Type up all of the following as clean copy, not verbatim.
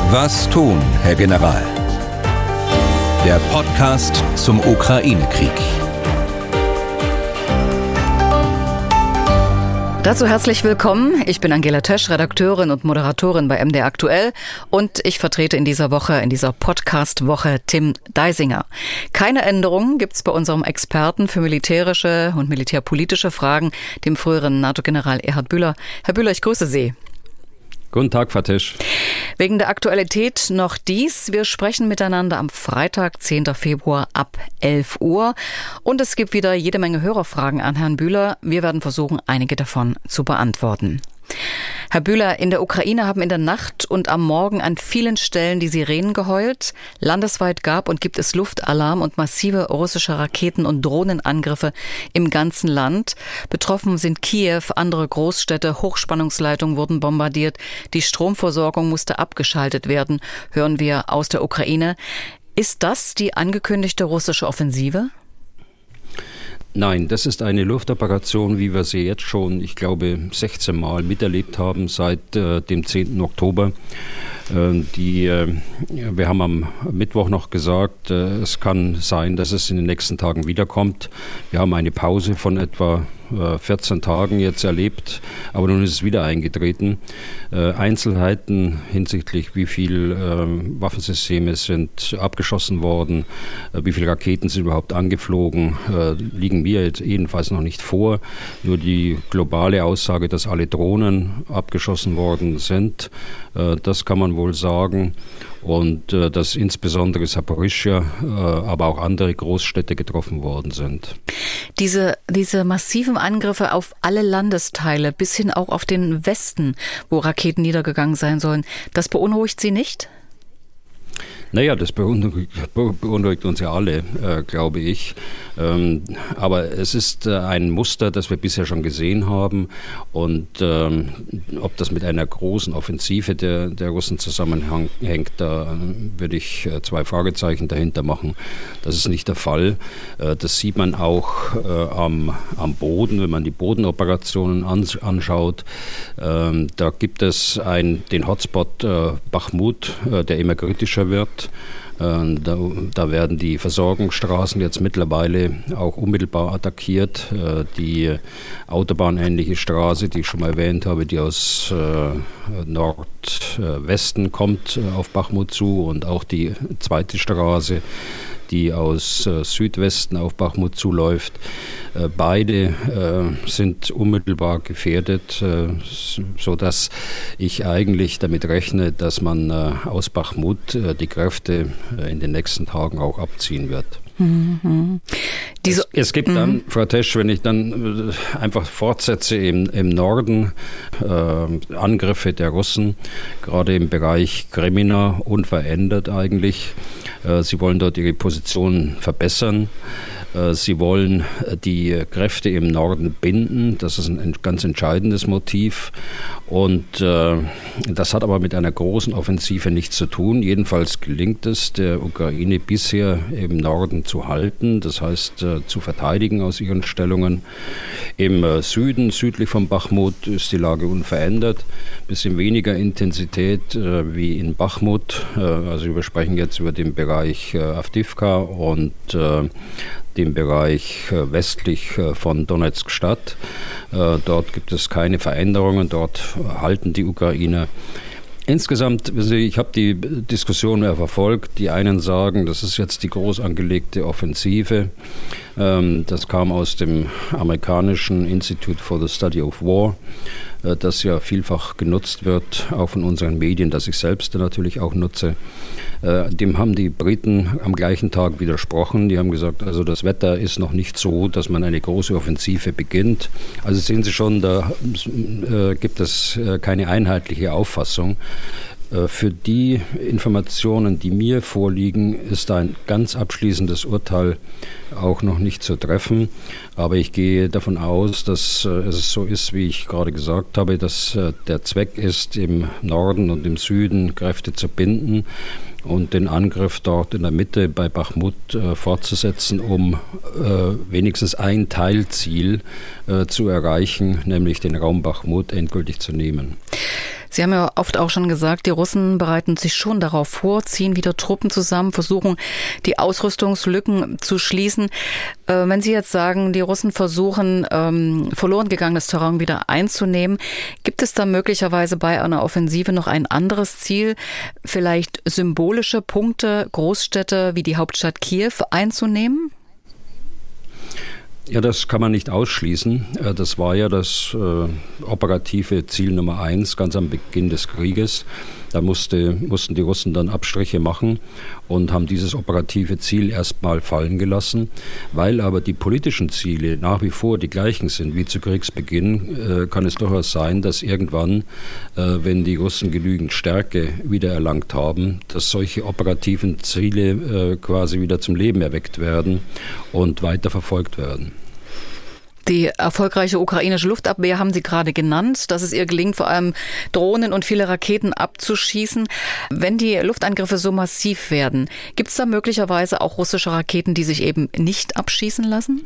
Was tun, Herr General? Der Podcast zum Ukraine-Krieg. Dazu herzlich willkommen. Ich bin Angela Tesch, Redakteurin und Moderatorin bei MDR Aktuell und ich vertrete in dieser Podcast-Woche Tim Deisinger. Keine Änderungen gibt's bei unserem Experten für militärische und militärpolitische Fragen, dem früheren NATO-General Erhard Bühler. Herr Bühler, ich grüße Sie. Guten Tag, Frau Tesch. Wegen der Aktualität noch dies. Wir sprechen miteinander am Freitag, 10. Februar ab 11 Uhr. Und es gibt wieder jede Menge Hörerfragen an Herrn Bühler. Wir werden versuchen, einige davon zu beantworten. Herr Bühler, in der Ukraine haben in der Nacht und am Morgen an vielen Stellen die Sirenen geheult. Landesweit gab und gibt es Luftalarm und massive russische Raketen- und Drohnenangriffe im ganzen Land. Betroffen sind Kiew, andere Großstädte, Hochspannungsleitungen wurden bombardiert. Die Stromversorgung musste abgeschaltet werden, hören wir aus der Ukraine. Ist das die angekündigte russische Offensive? Nein, das ist eine Luftoperation, wie wir sie jetzt schon, ich glaube, 16 Mal miterlebt haben seit dem 10. Oktober. Wir haben am Mittwoch noch gesagt, es kann sein, dass es in den nächsten Tagen wiederkommt. Wir haben eine Pause von etwa 14 Tagen jetzt erlebt, aber nun ist es wieder eingetreten. Einzelheiten hinsichtlich wie viele Waffensysteme sind abgeschossen worden, wie viele Raketen sind überhaupt angeflogen, liegen mir jetzt jedenfalls noch nicht vor. Nur die globale Aussage, dass alle Drohnen abgeschossen worden sind, das kann man wohl sagen. Und dass insbesondere Saporischschja, aber auch andere Großstädte getroffen worden sind. Diese massiven Angriffe auf alle Landesteile, bis hin auch auf den Westen, wo Raketen niedergegangen sein sollen, das beunruhigt Sie nicht? Naja, das beunruhigt uns ja alle, glaube ich. Aber es ist ein Muster, das wir bisher schon gesehen haben. Und ob das mit einer großen Offensive der Russen zusammenhängt, da würde ich 2 Fragezeichen dahinter machen. Das ist nicht der Fall. Das sieht man auch am Boden, wenn man die Bodenoperationen anschaut. Da gibt es den Hotspot Bachmut, der immer kritischer wird. Da werden die Versorgungsstraßen jetzt mittlerweile auch unmittelbar attackiert. Die autobahnähnliche Straße, die ich schon mal erwähnt habe, die aus Nordwesten kommt auf Bachmut zu, und auch die zweite Straße, die aus Südwesten auf Bachmut zuläuft. Beide sind unmittelbar gefährdet, sodass ich eigentlich damit rechne, dass man aus Bachmut die Kräfte in den nächsten Tagen auch abziehen wird. Mhm. Es gibt dann, Frau Tesch, wenn ich dann einfach fortsetze im Norden, Angriffe der Russen, gerade im Bereich Kremina, unverändert eigentlich. Sie wollen dort ihre Position verbessern. Sie wollen die Kräfte im Norden binden. Das ist ein ganz entscheidendes Motiv. Und das hat aber mit einer großen Offensive nichts zu tun. Jedenfalls gelingt es der Ukraine bisher im Norden zu halten, das heißt zu verteidigen aus ihren Stellungen. Im Süden, südlich von Bachmut, ist die Lage unverändert. Bisschen weniger Intensität wie in Bachmut. Also wir sprechen jetzt über den Bereich Avdivka und dem Bereich westlich von Donezk-Stadt. Dort gibt es keine Veränderungen, dort halten die Ukrainer. Insgesamt, ich habe die Diskussion ja verfolgt. Die einen sagen, das ist jetzt die groß angelegte Offensive. Das kam aus dem amerikanischen Institute for the Study of War, das ja vielfach genutzt wird, auch von unseren Medien, das ich selbst natürlich auch nutze. Dem haben die Briten am gleichen Tag widersprochen. Die haben gesagt, also das Wetter ist noch nicht so, dass man eine große Offensive beginnt. Also sehen Sie schon, da gibt es keine einheitliche Auffassung. Für die Informationen, die mir vorliegen, ist ein ganz abschließendes Urteil auch noch nicht zu treffen. Aber ich gehe davon aus, dass es so ist, wie ich gerade gesagt habe, dass der Zweck ist, im Norden und im Süden Kräfte zu binden und den Angriff dort in der Mitte bei Bachmut fortzusetzen, um wenigstens ein Teilziel zu erreichen, nämlich den Raum Bachmut endgültig zu nehmen. Sie haben ja oft auch schon gesagt, die Russen bereiten sich schon darauf vor, ziehen wieder Truppen zusammen, versuchen, die Ausrüstungslücken zu schließen. Wenn Sie jetzt sagen, die Russen versuchen, verloren gegangenes Terrain wieder einzunehmen, gibt es da möglicherweise bei einer Offensive noch ein anderes Ziel, vielleicht symbolische Punkte, Großstädte wie die Hauptstadt Kiew einzunehmen? Ja, das kann man nicht ausschließen. Das war ja das operative Ziel Nummer 1 ganz am Beginn des Krieges. Da mussten die Russen dann Abstriche machen und haben dieses operative Ziel erstmal fallen gelassen. Weil aber die politischen Ziele nach wie vor die gleichen sind wie zu Kriegsbeginn, kann es durchaus sein, dass irgendwann, wenn die Russen genügend Stärke wiedererlangt haben, dass solche operativen Ziele quasi wieder zum Leben erweckt werden und weiter verfolgt werden. Die erfolgreiche ukrainische Luftabwehr haben Sie gerade genannt, dass es ihr gelingt, vor allem Drohnen und viele Raketen abzuschießen. Wenn die Luftangriffe so massiv werden, gibt es da möglicherweise auch russische Raketen, die sich eben nicht abschießen lassen?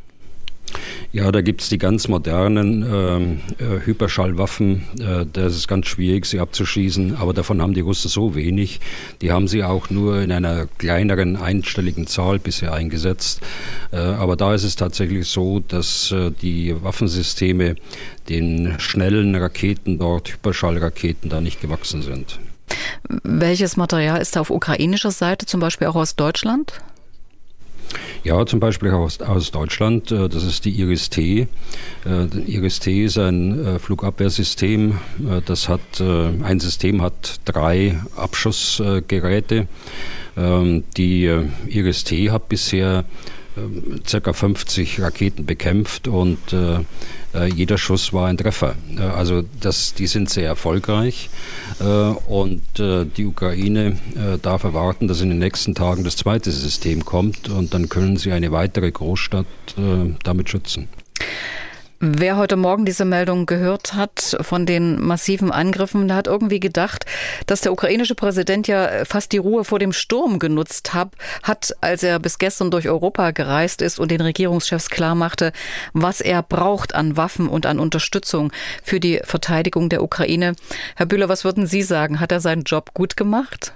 Ja, da gibt es die ganz modernen Hyperschallwaffen. Das ist ganz schwierig, sie abzuschießen, aber davon haben die Russen so wenig. Die haben sie auch nur in einer kleineren einstelligen Zahl bisher eingesetzt. Aber da ist es tatsächlich so, dass die Waffensysteme den schnellen Raketen dort, Hyperschallraketen, da nicht gewachsen sind. Welches Material ist da auf ukrainischer Seite, zum Beispiel auch aus Deutschland? Ja, zum Beispiel aus Deutschland. Das ist die Iris-T. Iris-T ist ein Flugabwehrsystem. Ein System hat 3 Abschussgeräte. Die Iris-T hat bisher ca. 50 Raketen bekämpft und jeder Schuss war ein Treffer. Also die sind sehr erfolgreich und die Ukraine darf erwarten, dass in den nächsten Tagen das zweite System kommt und dann können sie eine weitere Großstadt damit schützen. Wer heute Morgen diese Meldung gehört hat von den massiven Angriffen, der hat irgendwie gedacht, dass der ukrainische Präsident ja fast die Ruhe vor dem Sturm genutzt hat, als er bis gestern durch Europa gereist ist und den Regierungschefs klarmachte, was er braucht an Waffen und an Unterstützung für die Verteidigung der Ukraine. Herr Bühler, was würden Sie sagen? Hat er seinen Job gut gemacht?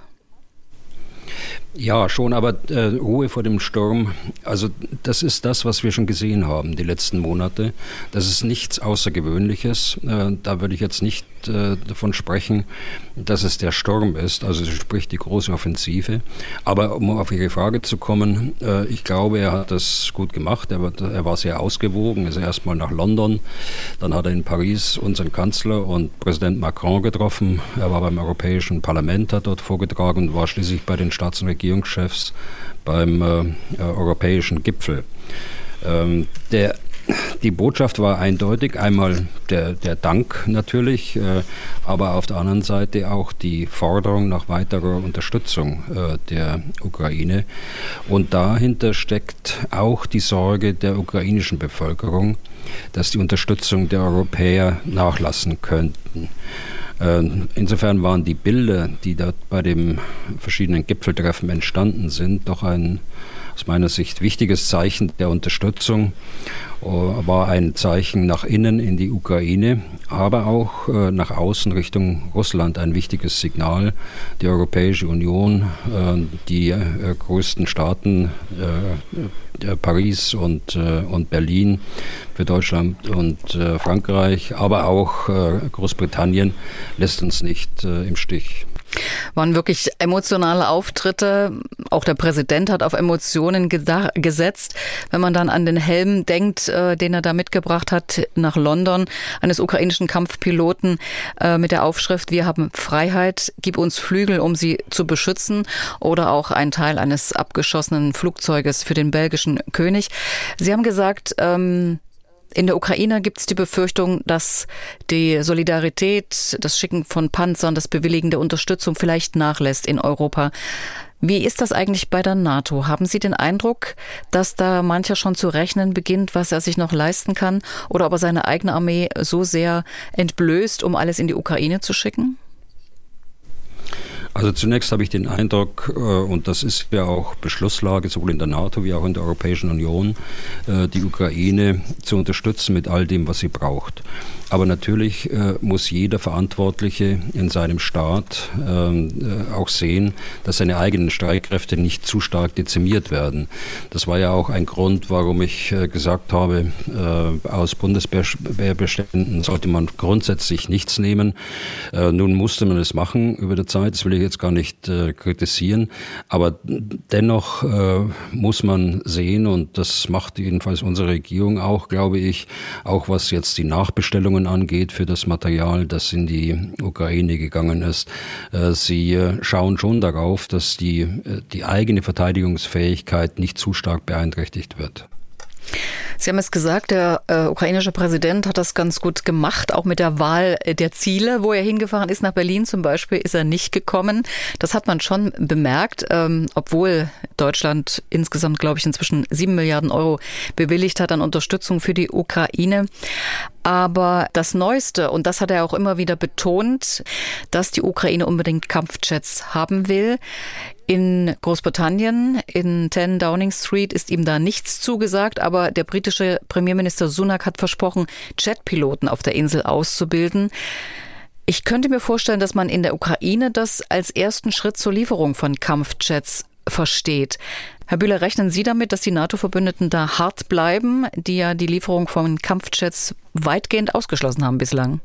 Ja, schon, aber Ruhe vor dem Sturm, also das ist das, was wir schon gesehen haben die letzten Monate. Das ist nichts Außergewöhnliches. Da würde ich jetzt nicht davon sprechen, dass es der Sturm ist, also sprich die große Offensive. Aber um auf Ihre Frage zu kommen, ich glaube, er hat das gut gemacht. Er war sehr ausgewogen, ist erstmal nach London, dann hat er in Paris unseren Kanzler und Präsident Macron getroffen. Er war beim Europäischen Parlament, hat dort vorgetragen und war schließlich bei den Staats- und Regierungschefs beim europäischen Gipfel. Die Botschaft war eindeutig, einmal der Dank natürlich, aber auf der anderen Seite auch die Forderung nach weiterer Unterstützung der Ukraine. Und dahinter steckt auch die Sorge der ukrainischen Bevölkerung, dass die Unterstützung der Europäer nachlassen könnten. Insofern waren die Bilder, die dort bei den verschiedenen Gipfeltreffen entstanden sind, doch ein aus meiner Sicht wichtiges Zeichen der Unterstützung, war ein Zeichen nach innen in die Ukraine, aber auch nach außen Richtung Russland ein wichtiges Signal. Die Europäische Union, die größten Staaten, Paris und Berlin für Deutschland und Frankreich, aber auch Großbritannien lässt uns nicht im Stich. Waren wirklich emotionale Auftritte. Auch der Präsident hat auf Emotionen gesetzt. Wenn man dann an den Helm denkt, den er da mitgebracht hat nach London, eines ukrainischen Kampfpiloten mit der Aufschrift: Wir haben Freiheit, gib uns Flügel, um sie zu beschützen. Oder auch ein Teil eines abgeschossenen Flugzeuges für den belgischen König. Sie haben gesagt, in der Ukraine gibt es die Befürchtung, dass die Solidarität, das Schicken von Panzern, das Bewilligen der Unterstützung vielleicht nachlässt in Europa. Wie ist das eigentlich bei der NATO? Haben Sie den Eindruck, dass da mancher schon zu rechnen beginnt, was er sich noch leisten kann, oder ob er seine eigene Armee so sehr entblößt, um alles in die Ukraine zu schicken? Also zunächst habe ich den Eindruck, und das ist ja auch Beschlusslage sowohl in der NATO wie auch in der Europäischen Union, die Ukraine zu unterstützen mit all dem, was sie braucht. Aber natürlich muss jeder Verantwortliche in seinem Staat auch sehen, dass seine eigenen Streitkräfte nicht zu stark dezimiert werden. Das war ja auch ein Grund, warum ich gesagt habe, aus Bundeswehrbeständen sollte man grundsätzlich nichts nehmen. Nun musste man es machen über die Zeit, das will ich jetzt gar nicht kritisieren, aber dennoch muss man sehen, und das macht jedenfalls unsere Regierung auch, glaube ich, auch was jetzt die Nachbestellungen angeht für das Material, das in die Ukraine gegangen ist. Sie schauen schon darauf, dass die eigene Verteidigungsfähigkeit nicht zu stark beeinträchtigt wird. Sie haben es gesagt, der ukrainische Präsident hat das ganz gut gemacht, auch mit der Wahl der Ziele. Wo er hingefahren ist, nach Berlin zum Beispiel, ist er nicht gekommen. Das hat man schon bemerkt, obwohl Deutschland insgesamt, glaube ich, inzwischen 7 Milliarden Euro bewilligt hat an Unterstützung für die Ukraine. Aber das Neueste, und das hat er auch immer wieder betont, dass die Ukraine unbedingt Kampfjets haben will. In Großbritannien, in 10 Downing Street, ist ihm da nichts zugesagt, aber der britische Premierminister Sunak hat versprochen, Jetpiloten auf der Insel auszubilden. Ich könnte mir vorstellen, dass man in der Ukraine das als ersten Schritt zur Lieferung von Kampfjets versteht. Herr Bühler, rechnen Sie damit, dass die NATO-Verbündeten da hart bleiben, die ja die Lieferung von Kampfjets weitgehend ausgeschlossen haben bislang?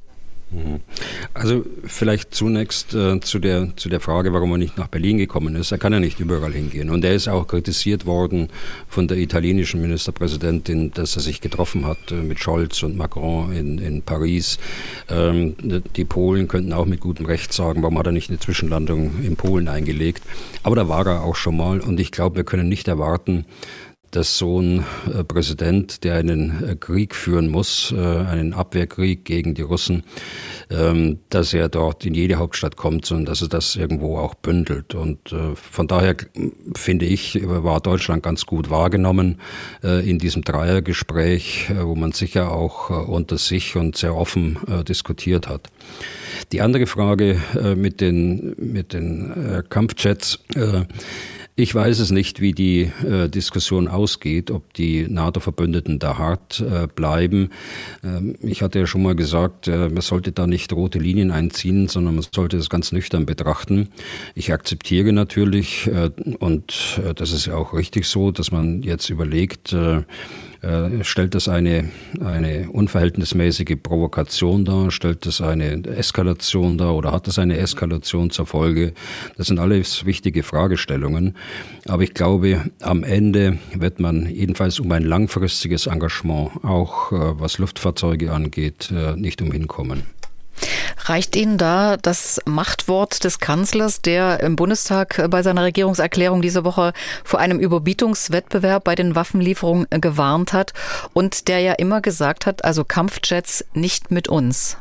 Also vielleicht zunächst zu der Frage, warum er nicht nach Berlin gekommen ist. Er kann ja nicht überall hingehen. Und er ist auch kritisiert worden von der italienischen Ministerpräsidentin, dass er sich getroffen hat mit Scholz und Macron in Paris. Die Polen könnten auch mit gutem Recht sagen, warum hat er nicht eine Zwischenlandung in Polen eingelegt. Aber da war er auch schon mal. Und ich glaube, wir können nicht erwarten, dass so ein Präsident, der einen Krieg führen muss, einen Abwehrkrieg gegen die Russen, dass er dort in jede Hauptstadt kommt, sondern dass er das irgendwo auch bündelt. Und von daher finde ich, war Deutschland ganz gut wahrgenommen in diesem Dreiergespräch, wo man sicher auch unter sich und sehr offen diskutiert hat. Die andere Frage mit den Kampfjets, ich weiß es nicht, wie die Diskussion ausgeht, ob die NATO-Verbündeten da hart bleiben. Ich hatte ja schon mal gesagt, man sollte da nicht rote Linien einziehen, sondern man sollte es ganz nüchtern betrachten. Ich akzeptiere natürlich, und das ist ja auch richtig so, dass man jetzt überlegt, stellt das eine unverhältnismäßige Provokation dar? Stellt das eine Eskalation dar oder hat das eine Eskalation zur Folge? Das sind alles wichtige Fragestellungen. Aber ich glaube, am Ende wird man jedenfalls um ein langfristiges Engagement, auch was Luftfahrzeuge angeht, nicht umhin kommen. Reicht Ihnen da das Machtwort des Kanzlers, der im Bundestag bei seiner Regierungserklärung diese Woche vor einem Überbietungswettbewerb bei den Waffenlieferungen gewarnt hat und der ja immer gesagt hat, also Kampfjets nicht mit uns?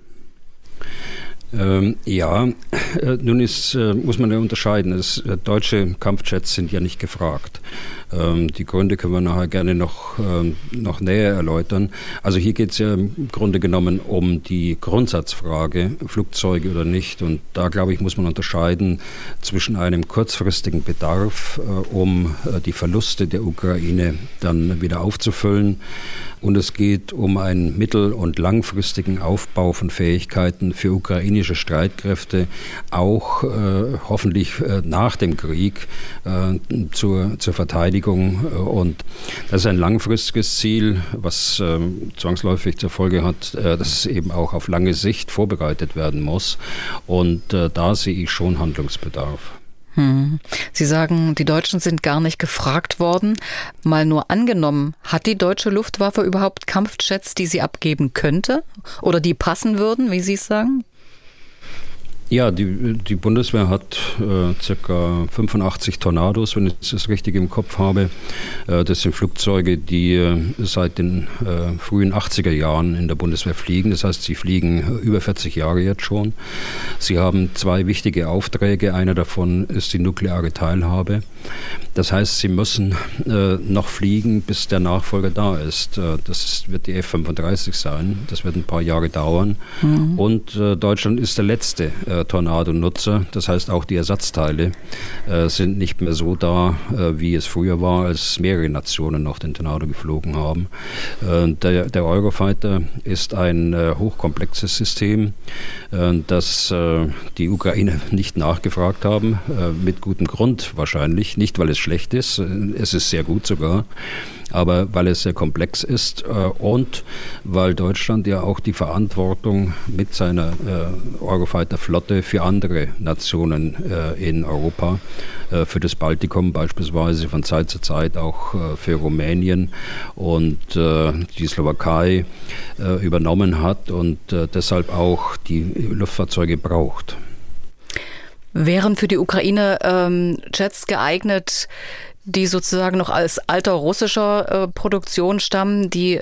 Ja, nun muss man ja unterscheiden. Deutsche Kampfjets sind ja nicht gefragt. Die Gründe können wir nachher gerne noch näher erläutern. Also hier geht es ja im Grunde genommen um die Grundsatzfrage, Flugzeuge oder nicht. Und da, glaube ich, muss man unterscheiden zwischen einem kurzfristigen Bedarf, um die Verluste der Ukraine dann wieder aufzufüllen. Und es geht um einen mittel- und langfristigen Aufbau von Fähigkeiten für ukrainische Streitkräfte, auch hoffentlich nach dem Krieg zur Verteidigung. Und das ist ein langfristiges Ziel, was zwangsläufig zur Folge hat, dass es eben auch auf lange Sicht vorbereitet werden muss. Und da sehe ich schon Handlungsbedarf. Sie sagen, die Deutschen sind gar nicht gefragt worden. Mal nur angenommen, hat die deutsche Luftwaffe überhaupt Kampfjets, die sie abgeben könnte oder die passen würden, wie Sie es sagen? Ja, die Bundeswehr hat ca. 85 Tornados, wenn ich das richtig im Kopf habe. Das sind Flugzeuge, die seit den frühen 80er Jahren in der Bundeswehr fliegen. Das heißt, sie fliegen über 40 Jahre jetzt schon. Sie haben 2 wichtige Aufträge. Einer davon ist die nukleare Teilhabe. Das heißt, sie müssen noch fliegen, bis der Nachfolger da ist. Wird die F-35 sein. Das wird ein paar Jahre dauern. Mhm. Und Deutschland ist der letzte Tornado-Nutzer. Das heißt, auch die Ersatzteile sind nicht mehr so da, wie es früher war, als mehrere Nationen noch den Tornado geflogen haben. Der Eurofighter ist ein hochkomplexes System, das die Ukrainer nicht nachgefragt haben, mit gutem Grund wahrscheinlich. Nicht, weil es schlecht ist, es ist sehr gut sogar, aber weil es sehr komplex ist und weil Deutschland ja auch die Verantwortung mit seiner Eurofighter-Flotte für andere Nationen in Europa, für das Baltikum beispielsweise, von Zeit zu Zeit auch für Rumänien und die Slowakei übernommen hat und deshalb auch die Luftfahrzeuge braucht. Wären für die Ukraine Jets geeignet, die sozusagen noch als alter russischer Produktion stammen, die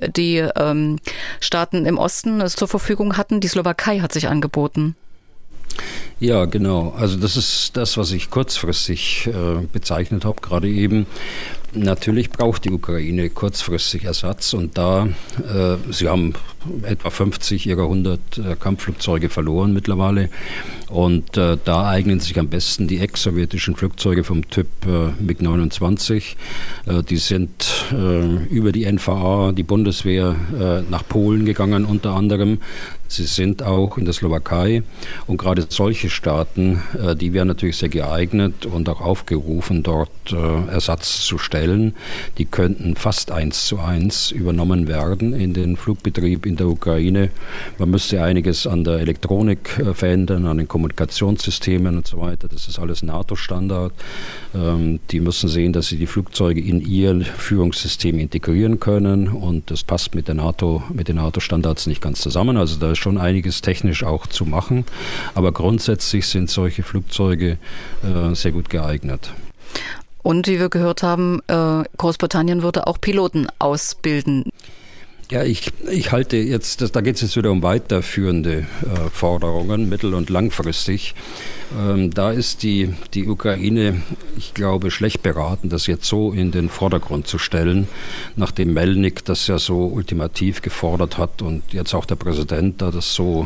Staaten im Osten zur Verfügung hatten? Die Slowakei hat sich angeboten. Ja, genau. Also das ist das, was ich kurzfristig bezeichnet habe, gerade eben. Natürlich braucht die Ukraine kurzfristig Ersatz und sie haben etwa 50 ihrer 100 Kampfflugzeuge verloren mittlerweile und da eignen sich am besten die ex-sowjetischen Flugzeuge vom Typ MiG-29. Die sind über die NVA, die Bundeswehr, nach Polen gegangen unter anderem. Sie sind auch in der Slowakei und gerade solche Staaten, die wären natürlich sehr geeignet und auch aufgerufen, dort Ersatz zu stellen. Die könnten fast 1:1 übernommen werden in den Flugbetrieb in der Ukraine. Man müsste einiges an der Elektronik verändern, an den Kommunikationssystemen und so weiter. Das ist alles NATO-Standard. Die müssen sehen, dass sie die Flugzeuge in ihr Führungssystem integrieren können und das passt mit den NATO-Standards nicht ganz zusammen. Also da ist schon einiges technisch auch zu machen, aber grundsätzlich sind solche Flugzeuge sehr gut geeignet. Und wie wir gehört haben, Großbritannien würde auch Piloten ausbilden. Ja, ich halte jetzt, da geht es jetzt wieder um weiterführende Forderungen, mittel- und langfristig. Da ist die Ukraine, ich glaube, schlecht beraten, das jetzt so in den Vordergrund zu stellen, nachdem Melnik das ja so ultimativ gefordert hat und jetzt auch der Präsident da das so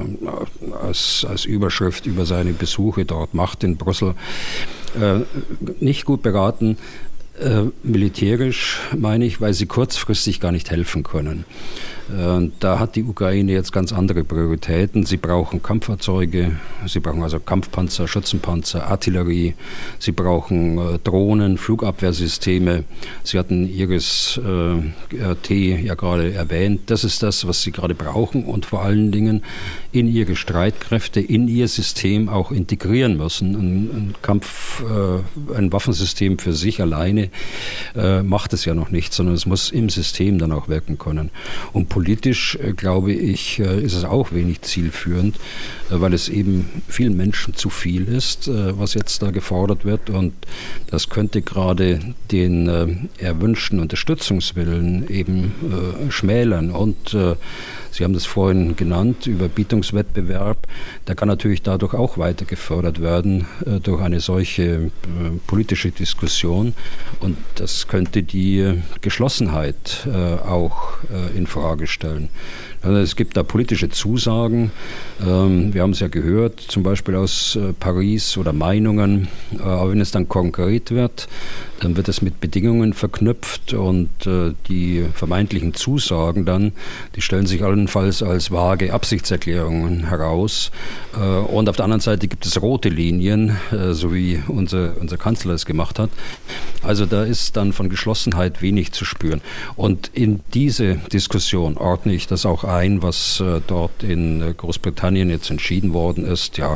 als Überschrift über seine Besuche dort macht in Brüssel. Nicht gut beraten. Militärisch meine ich, weil sie kurzfristig gar nicht helfen können. Da hat die Ukraine jetzt ganz andere Prioritäten. Sie brauchen Kampffahrzeuge, sie brauchen also Kampfpanzer, Schützenpanzer, Artillerie, sie brauchen Drohnen, Flugabwehrsysteme. Sie hatten Iris-T ja gerade erwähnt. Das ist das, was sie gerade brauchen und vor allen Dingen in ihre Streitkräfte, in ihr System auch integrieren müssen. Ein Waffensystem für sich alleine macht es ja noch nicht, sondern es muss im System dann auch wirken können. Und politisch, glaube ich, ist es auch wenig zielführend, weil es eben vielen Menschen zu viel ist, was jetzt da gefordert wird. Und das könnte gerade den erwünschten Unterstützungswillen eben schmälern. Und Sie haben das vorhin genannt, Überbietungswettbewerb, der kann natürlich dadurch auch weiter gefördert werden durch eine solche politische Diskussion und das könnte die Geschlossenheit auch in Frage stellen. Also es gibt da politische Zusagen, wir haben es ja gehört, zum Beispiel aus Paris oder Meinungen, aber wenn es dann konkret wird, dann wird es mit Bedingungen verknüpft und die vermeintlichen Zusagen dann, die stellen sich allenfalls als vage Absichtserklärungen heraus. Und auf der anderen Seite gibt es rote Linien, so wie unser Kanzler es gemacht hat. Also da ist dann von Geschlossenheit wenig zu spüren. Und in diese Diskussion ordne ich das auch ein, was dort in Großbritannien jetzt entschieden worden ist. Ja,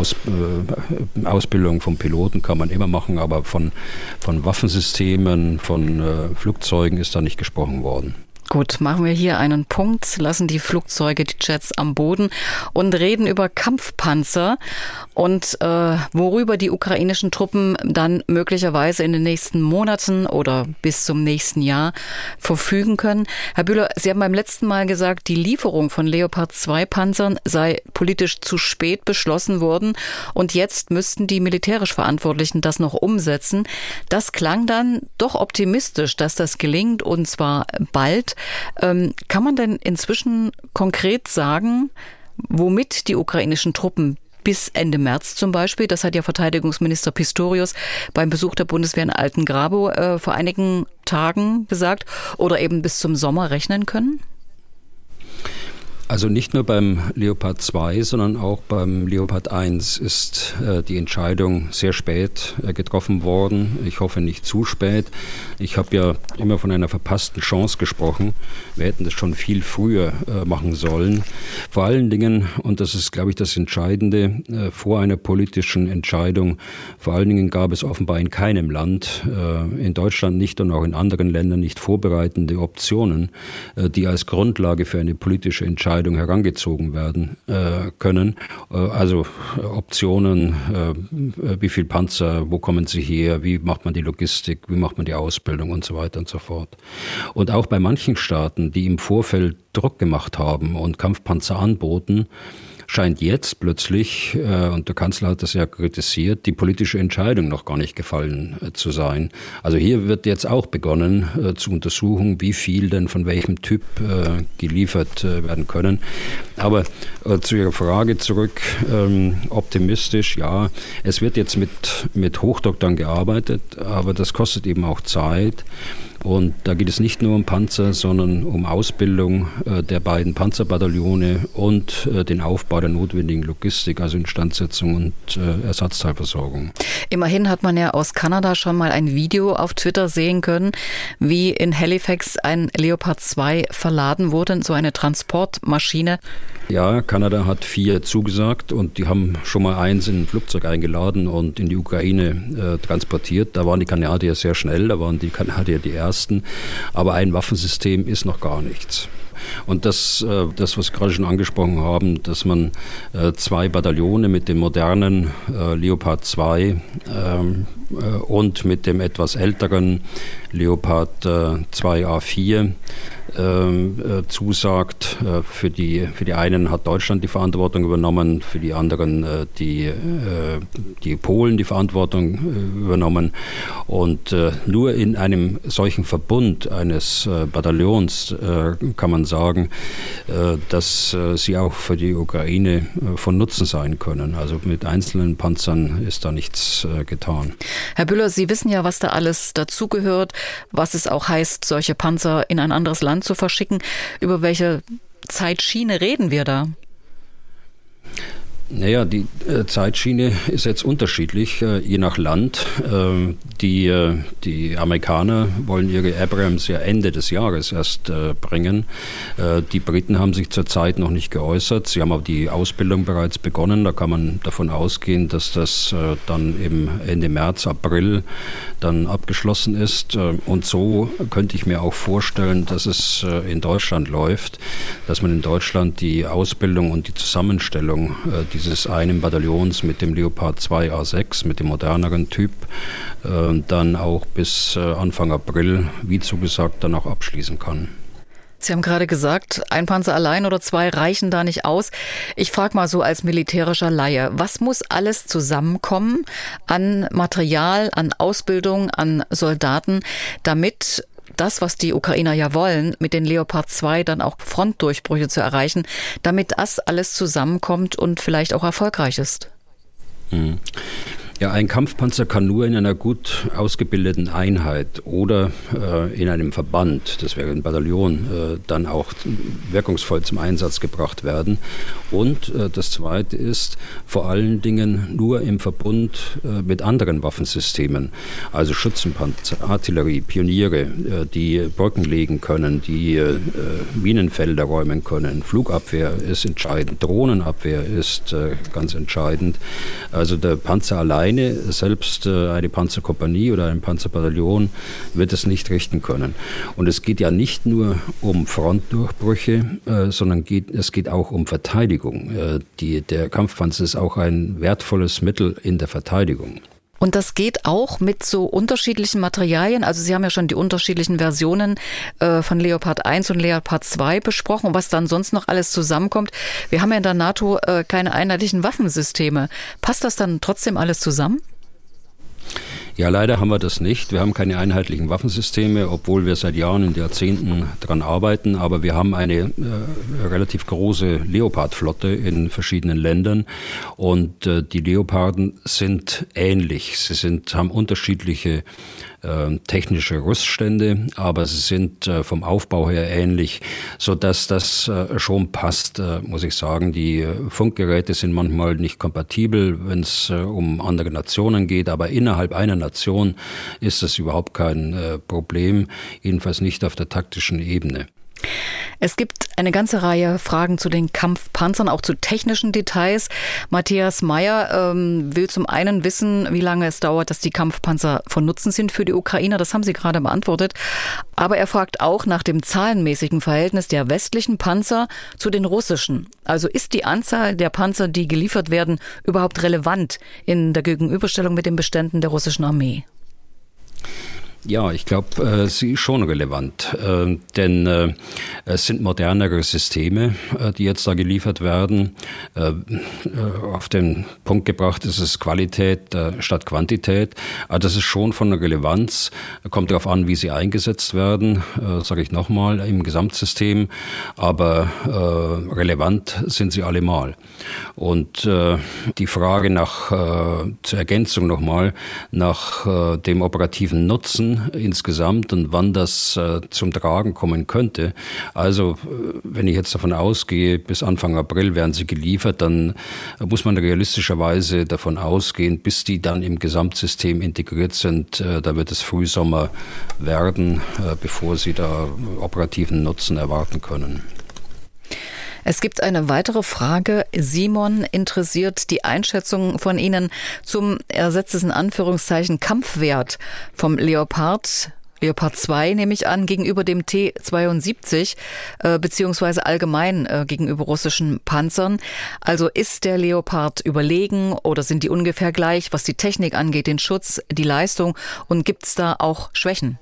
Ausbildung von Piloten kann man immer machen, aber von Waffensystemen, von Flugzeugen ist da nicht gesprochen worden. Gut, machen wir hier einen Punkt, lassen die Flugzeuge, die Jets am Boden und reden über Kampfpanzer und worüber die ukrainischen Truppen dann möglicherweise in den nächsten Monaten oder bis zum nächsten Jahr verfügen können. Herr Bühler, Sie haben beim letzten Mal gesagt, die Lieferung von Leopard 2 Panzern sei politisch zu spät beschlossen worden und jetzt müssten die militärisch Verantwortlichen das noch umsetzen. Das klang dann doch optimistisch, dass das gelingt und zwar bald. Kann man denn inzwischen konkret sagen, womit die ukrainischen Truppen bis Ende März zum Beispiel, das hat ja Verteidigungsminister Pistorius beim Besuch der Bundeswehr in Altengrabow vor einigen Tagen gesagt, oder eben bis zum Sommer rechnen können? Also nicht nur beim Leopard 2, sondern auch beim Leopard 1 ist die Entscheidung sehr spät getroffen worden. Ich hoffe nicht zu spät. Ich habe ja immer von einer verpassten Chance gesprochen. Wir hätten das schon viel früher machen sollen. Vor allen Dingen, und das ist, glaube ich, das Entscheidende, vor einer politischen Entscheidung, vor allen Dingen gab es offenbar in keinem Land, in Deutschland nicht und auch in anderen Ländern nicht vorbereitende Optionen, die als Grundlage für eine politische Entscheidung herangezogen werden können. Also Optionen, wie viel Panzer, wo kommen sie her, wie macht man die Logistik, wie macht man die Ausbildung und so weiter und so fort. Und auch bei manchen Staaten, die im Vorfeld Druck gemacht haben und Kampfpanzer anboten, scheint jetzt plötzlich, und der Kanzler hat das ja kritisiert, die politische Entscheidung noch gar nicht gefallen zu sein. Also hier wird jetzt auch begonnen zu untersuchen, wie viel denn von welchem Typ geliefert werden können. Aber zu Ihrer Frage zurück, optimistisch, ja, es wird jetzt mit Hochdruck dann gearbeitet, aber das kostet eben auch Zeit. Und da geht es nicht nur um Panzer, sondern um Ausbildung der beiden Panzerbataillone und den Aufbau der notwendigen Logistik, also Instandsetzung und Ersatzteilversorgung. Immerhin hat man ja aus Kanada schon mal ein Video auf Twitter sehen können, wie in Halifax ein Leopard 2 verladen wurde, so eine Transportmaschine. Ja, Kanada hat 4 zugesagt und die haben schon mal 1 in ein Flugzeug eingeladen und in die Ukraine transportiert. Da waren die Kanadier sehr schnell, da waren die Kanadier die Ersten. Aber ein Waffensystem ist noch gar nichts. Und das, was Sie gerade schon angesprochen haben, dass man 2 Bataillone mit dem modernen Leopard 2 und mit dem etwas älteren Leopard 2A4 zusagt. Für die einen hat Deutschland die Verantwortung übernommen, für die anderen die Polen die Verantwortung übernommen. Und nur in einem solchen Verbund eines Bataillons kann man sagen, dass sie auch für die Ukraine von Nutzen sein können. Also mit einzelnen Panzern ist da nichts getan. Herr Bühler, Sie wissen ja, was da alles dazugehört, was es auch heißt, solche Panzer in ein anderes Land zu verschicken. Über welche Zeitschiene reden wir da? Naja, die Zeitschiene ist jetzt unterschiedlich, je nach Land. Die Amerikaner wollen ihre Abrams ja Ende des Jahres erst bringen. Die Briten haben sich zurzeit noch nicht geäußert. Sie haben aber die Ausbildung bereits begonnen. Da kann man davon ausgehen, dass das dann im Ende März, April dann abgeschlossen ist. Und so könnte ich mir auch vorstellen, dass es in Deutschland läuft, dass man in Deutschland die Ausbildung und die Zusammenstellung dieses einen Bataillons mit dem Leopard 2 A6, mit dem moderneren Typ, dann auch bis Anfang April, wie zugesagt, dann auch abschließen kann. Sie haben gerade gesagt, ein Panzer allein oder 2 reichen da nicht aus. Ich frage mal so als militärischer Laie, was muss alles zusammenkommen an Material, an Ausbildung, an Soldaten, damit das, was die Ukrainer ja wollen, mit den Leopard 2 dann auch Frontdurchbrüche zu erreichen, damit das alles zusammenkommt und vielleicht auch erfolgreich ist? Ja, ein Kampfpanzer kann nur in einer gut ausgebildeten Einheit oder in einem Verband, das wäre ein Bataillon, dann auch wirkungsvoll zum Einsatz gebracht werden. Und das Zweite ist vor allen Dingen nur im Verbund mit anderen Waffensystemen, also Schützenpanzer, Artillerie, Pioniere, die Brücken legen können, die Minenfelder räumen können. Flugabwehr ist entscheidend, Drohnenabwehr ist ganz entscheidend. Also der Panzer allein alleine, selbst eine Panzerkompanie oder ein Panzerbataillon, wird es nicht richten können. Und es geht ja nicht nur um Frontdurchbrüche, sondern es geht auch um Verteidigung. Der Kampfpanzer ist auch ein wertvolles Mittel in der Verteidigung. Und das geht auch mit so unterschiedlichen Materialien. Also Sie haben ja schon die unterschiedlichen Versionen von Leopard 1 und Leopard 2 besprochen und was dann sonst noch alles zusammenkommt. Wir haben ja in der NATO keine einheitlichen Waffensysteme. Passt das dann trotzdem alles zusammen? Ja, leider haben wir das nicht. Wir haben keine einheitlichen Waffensysteme, obwohl wir seit Jahren und Jahrzehnten daran arbeiten. Aber wir haben eine relativ große Leopard-Flotte in verschiedenen Ländern. Und die Leoparden sind ähnlich. Sie haben unterschiedliche technische Rüststände, aber sie sind vom Aufbau her ähnlich, sodass das schon passt, muss ich sagen. Die Funkgeräte sind manchmal nicht kompatibel, wenn es um andere Nationen geht, aber innerhalb einer Nation ist das überhaupt kein Problem, jedenfalls nicht auf der taktischen Ebene. Es gibt eine ganze Reihe Fragen zu den Kampfpanzern, auch zu technischen Details. Matthias Meyer will zum einen wissen, wie lange es dauert, dass die Kampfpanzer von Nutzen sind für die Ukrainer. Das haben Sie gerade beantwortet. Aber er fragt auch nach dem zahlenmäßigen Verhältnis der westlichen Panzer zu den russischen. Also ist die Anzahl der Panzer, die geliefert werden, überhaupt relevant in der Gegenüberstellung mit den Beständen der russischen Armee? Ja, ich glaube, sie ist schon relevant, denn es sind modernere Systeme, die jetzt da geliefert werden. Auf den Punkt gebracht ist es Qualität statt Quantität. Aber das ist schon von der Relevanz. Kommt darauf an, wie sie eingesetzt werden, sage ich nochmal, im Gesamtsystem. Aber relevant sind sie allemal. Und die Frage zur Ergänzung nochmal, nach dem operativen Nutzen insgesamt und wann das zum Tragen kommen könnte. Also wenn ich jetzt davon ausgehe, bis Anfang April werden sie geliefert, dann muss man realistischerweise davon ausgehen, bis die dann im Gesamtsystem integriert sind, da wird es Frühsommer werden, bevor sie da operativen Nutzen erwarten können. Es gibt eine weitere Frage. Simon interessiert die Einschätzung von Ihnen zum, er setzt es in Anführungszeichen, Kampfwert vom Leopard 2 nehme ich an, gegenüber dem T-72, beziehungsweise allgemein gegenüber russischen Panzern. Also ist der Leopard überlegen oder sind die ungefähr gleich, was die Technik angeht, den Schutz, die Leistung, und gibt es da auch Schwächen?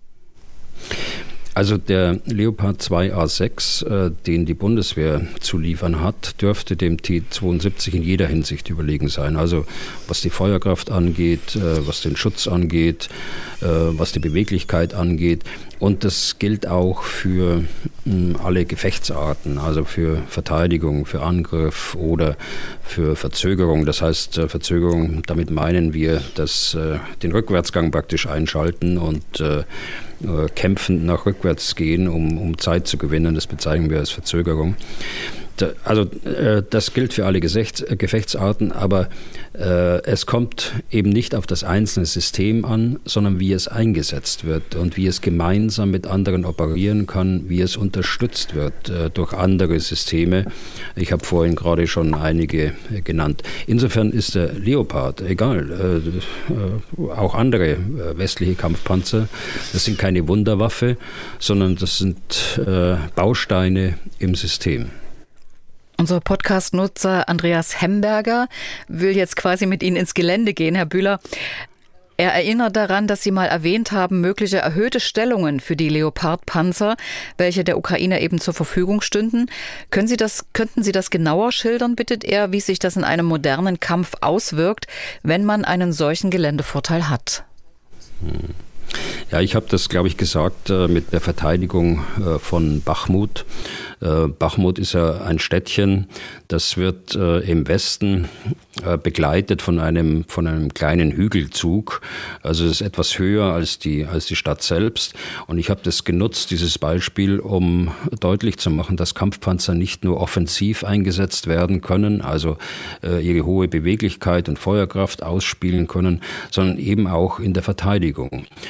Also der Leopard 2A6, den die Bundeswehr zu liefern hat, dürfte dem T-72 in jeder Hinsicht überlegen sein. Also was die Feuerkraft angeht, was den Schutz angeht, was die Beweglichkeit angeht. Und das gilt auch für alle Gefechtsarten, also für Verteidigung, für Angriff oder für Verzögerung. Das heißt, Verzögerung, damit meinen wir, dass den Rückwärtsgang praktisch einschalten und kämpfend nach rückwärts gehen, um Zeit zu gewinnen. Das bezeichnen wir als Verzögerung. Also das gilt für alle Gefechtsarten, aber es kommt eben nicht auf das einzelne System an, sondern wie es eingesetzt wird und wie es gemeinsam mit anderen operieren kann, wie es unterstützt wird durch andere Systeme. Ich habe vorhin gerade schon einige genannt. Insofern ist der Leopard, egal, auch andere westliche Kampfpanzer, das sind keine Wunderwaffe, sondern das sind Bausteine im System. Unser Podcast-Nutzer Andreas Hemberger will jetzt quasi mit Ihnen ins Gelände gehen, Herr Bühler. Er erinnert daran, dass Sie mal erwähnt haben, mögliche erhöhte Stellungen für die Leopard-Panzer, welche der Ukraine eben zur Verfügung stünden. Könnten Sie das genauer schildern, bittet er, wie sich das in einem modernen Kampf auswirkt, wenn man einen solchen Geländevorteil hat? Ja, ich habe das, glaube ich, gesagt mit der Verteidigung von Bachmut. Bachmut ist ja ein Städtchen, das wird im Westen begleitet von einem kleinen Hügelzug. Also es ist etwas höher als die Stadt selbst. Und ich habe das genutzt, dieses Beispiel, um deutlich zu machen, dass Kampfpanzer nicht nur offensiv eingesetzt werden können, also ihre hohe Beweglichkeit und Feuerkraft ausspielen können, sondern eben auch in der Verteidigung. Und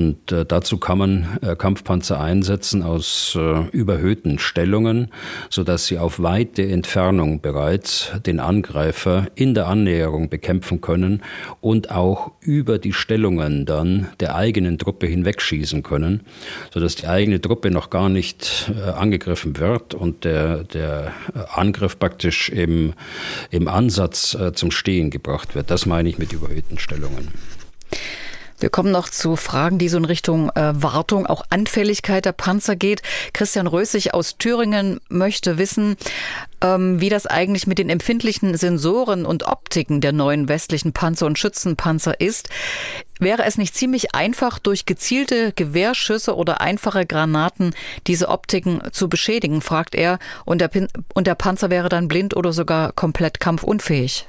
Und dazu kann man Kampfpanzer einsetzen aus überhöhten Stellungen, sodass sie auf weite Entfernung bereits den Angreifer in der Annäherung bekämpfen können und auch über die Stellungen dann der eigenen Truppe hinwegschießen können, sodass die eigene Truppe noch gar nicht angegriffen wird und der Angriff praktisch im Ansatz zum Stehen gebracht wird. Das meine ich mit überhöhten Stellungen. Wir kommen noch zu Fragen, die so in Richtung Wartung, auch Anfälligkeit der Panzer geht. Christian Rösig aus Thüringen möchte wissen, wie das eigentlich mit den empfindlichen Sensoren und Optiken der neuen westlichen Panzer und Schützenpanzer ist. Wäre es nicht ziemlich einfach, durch gezielte Gewehrschüsse oder einfache Granaten diese Optiken zu beschädigen, fragt er, und der Panzer wäre dann blind oder sogar komplett kampfunfähig?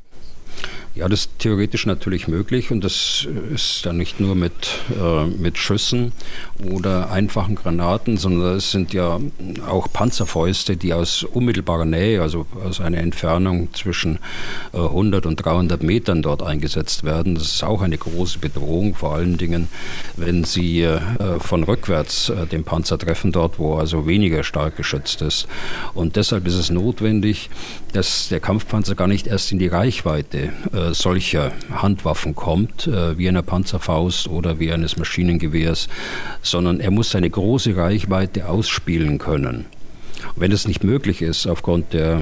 Ja, das ist theoretisch natürlich möglich und das ist dann nicht nur mit Schüssen oder einfachen Granaten, sondern es sind ja auch Panzerfäuste, die aus unmittelbarer Nähe, also aus einer Entfernung zwischen 100 und 300 Metern dort eingesetzt werden. Das ist auch eine große Bedrohung, vor allen Dingen, wenn sie von rückwärts den Panzer treffen, dort wo also weniger stark geschützt ist. Und deshalb ist es notwendig, dass der Kampfpanzer gar nicht erst in die Reichweite solcher Handwaffen kommt, wie einer Panzerfaust oder wie eines Maschinengewehrs, sondern er muss seine große Reichweite ausspielen können. Wenn es nicht möglich ist, aufgrund der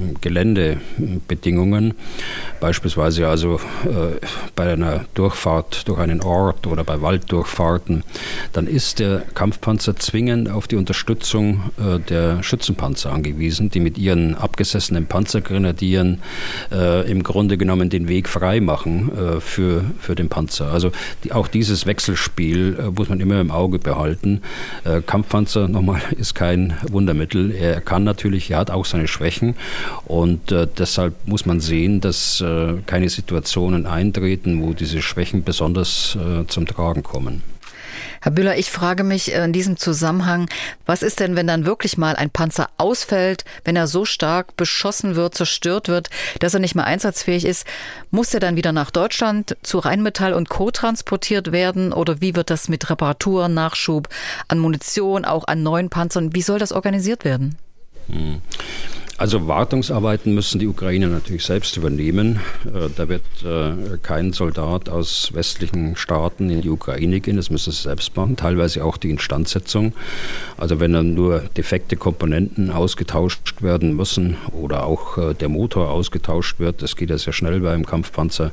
Geländebedingungen, beispielsweise also bei einer Durchfahrt durch einen Ort oder bei Walddurchfahrten, dann ist der Kampfpanzer zwingend auf die Unterstützung der Schützenpanzer angewiesen, die mit ihren abgesessenen Panzergrenadieren im Grunde genommen den Weg frei machen für den Panzer. Also auch dieses Wechselspiel muss man immer im Auge behalten. Kampfpanzer, nochmal, ist kein Wundermittel. Er hat auch seine Schwächen und deshalb muss man sehen, dass keine Situationen eintreten, wo diese Schwächen besonders zum Tragen kommen. Herr Bühler, ich frage mich in diesem Zusammenhang, was ist denn, wenn dann wirklich mal ein Panzer ausfällt, wenn er so stark beschossen wird, zerstört wird, dass er nicht mehr einsatzfähig ist? Muss er dann wieder nach Deutschland zu Rheinmetall und Co. transportiert werden? Oder wie wird das mit Reparatur, Nachschub an Munition, auch an neuen Panzern? Wie soll das organisiert werden? Also Wartungsarbeiten müssen die Ukrainer natürlich selbst übernehmen. Da wird kein Soldat aus westlichen Staaten in die Ukraine gehen, das müssen sie selbst machen, teilweise auch die Instandsetzung. Also wenn dann nur defekte Komponenten ausgetauscht werden müssen oder auch der Motor ausgetauscht wird, das geht ja sehr schnell beim Kampfpanzer.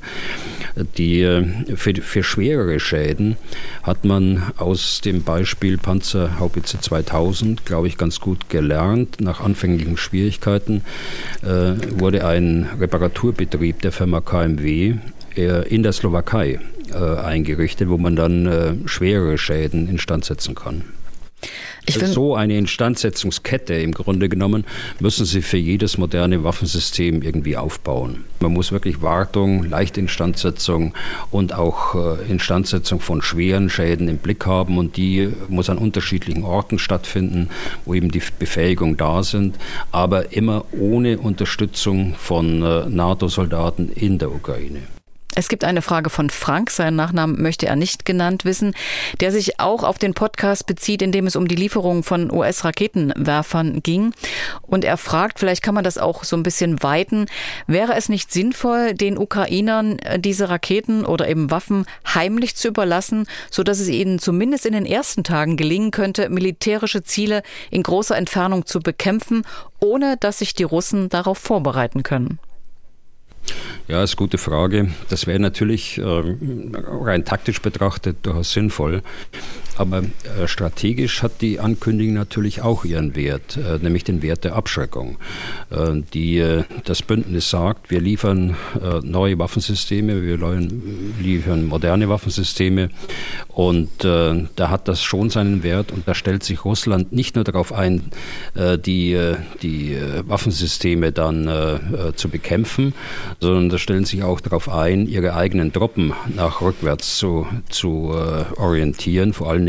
Für schwerere Schäden hat man aus dem Beispiel Panzerhaubitze 2000, glaube ich, ganz gut gelernt. Nach anfänglichen Schwierigkeiten wurde ein Reparaturbetrieb der Firma KMW in der Slowakei eingerichtet, wo man dann schwerere Schäden instand setzen kann. So eine Instandsetzungskette im Grunde genommen müssen Sie für jedes moderne Waffensystem irgendwie aufbauen. Man muss wirklich Wartung, Leichtinstandsetzung und auch Instandsetzung von schweren Schäden im Blick haben und die muss an unterschiedlichen Orten stattfinden, wo eben die Befähigung da sind, aber immer ohne Unterstützung von NATO-Soldaten in der Ukraine. Es gibt eine Frage von Frank, seinen Nachnamen möchte er nicht genannt wissen, der sich auch auf den Podcast bezieht, in dem es um die Lieferung von US-Raketenwerfern ging. Und er fragt, vielleicht kann man das auch so ein bisschen weiten, wäre es nicht sinnvoll, den Ukrainern diese Raketen oder eben Waffen heimlich zu überlassen, sodass es ihnen zumindest in den ersten Tagen gelingen könnte, militärische Ziele in großer Entfernung zu bekämpfen, ohne dass sich die Russen darauf vorbereiten können? Ja, ist eine gute Frage. Das wäre natürlich rein taktisch betrachtet durchaus sinnvoll. Aber strategisch hat die Ankündigung natürlich auch ihren Wert, nämlich den Wert der Abschreckung. Das Bündnis sagt, wir liefern neue Waffensysteme, wir liefern moderne Waffensysteme und da hat das schon seinen Wert und da stellt sich Russland nicht nur darauf ein, die Waffensysteme dann zu bekämpfen, sondern da stellen sich auch darauf ein, ihre eigenen Truppen nach rückwärts zu orientieren, vor allen Dingen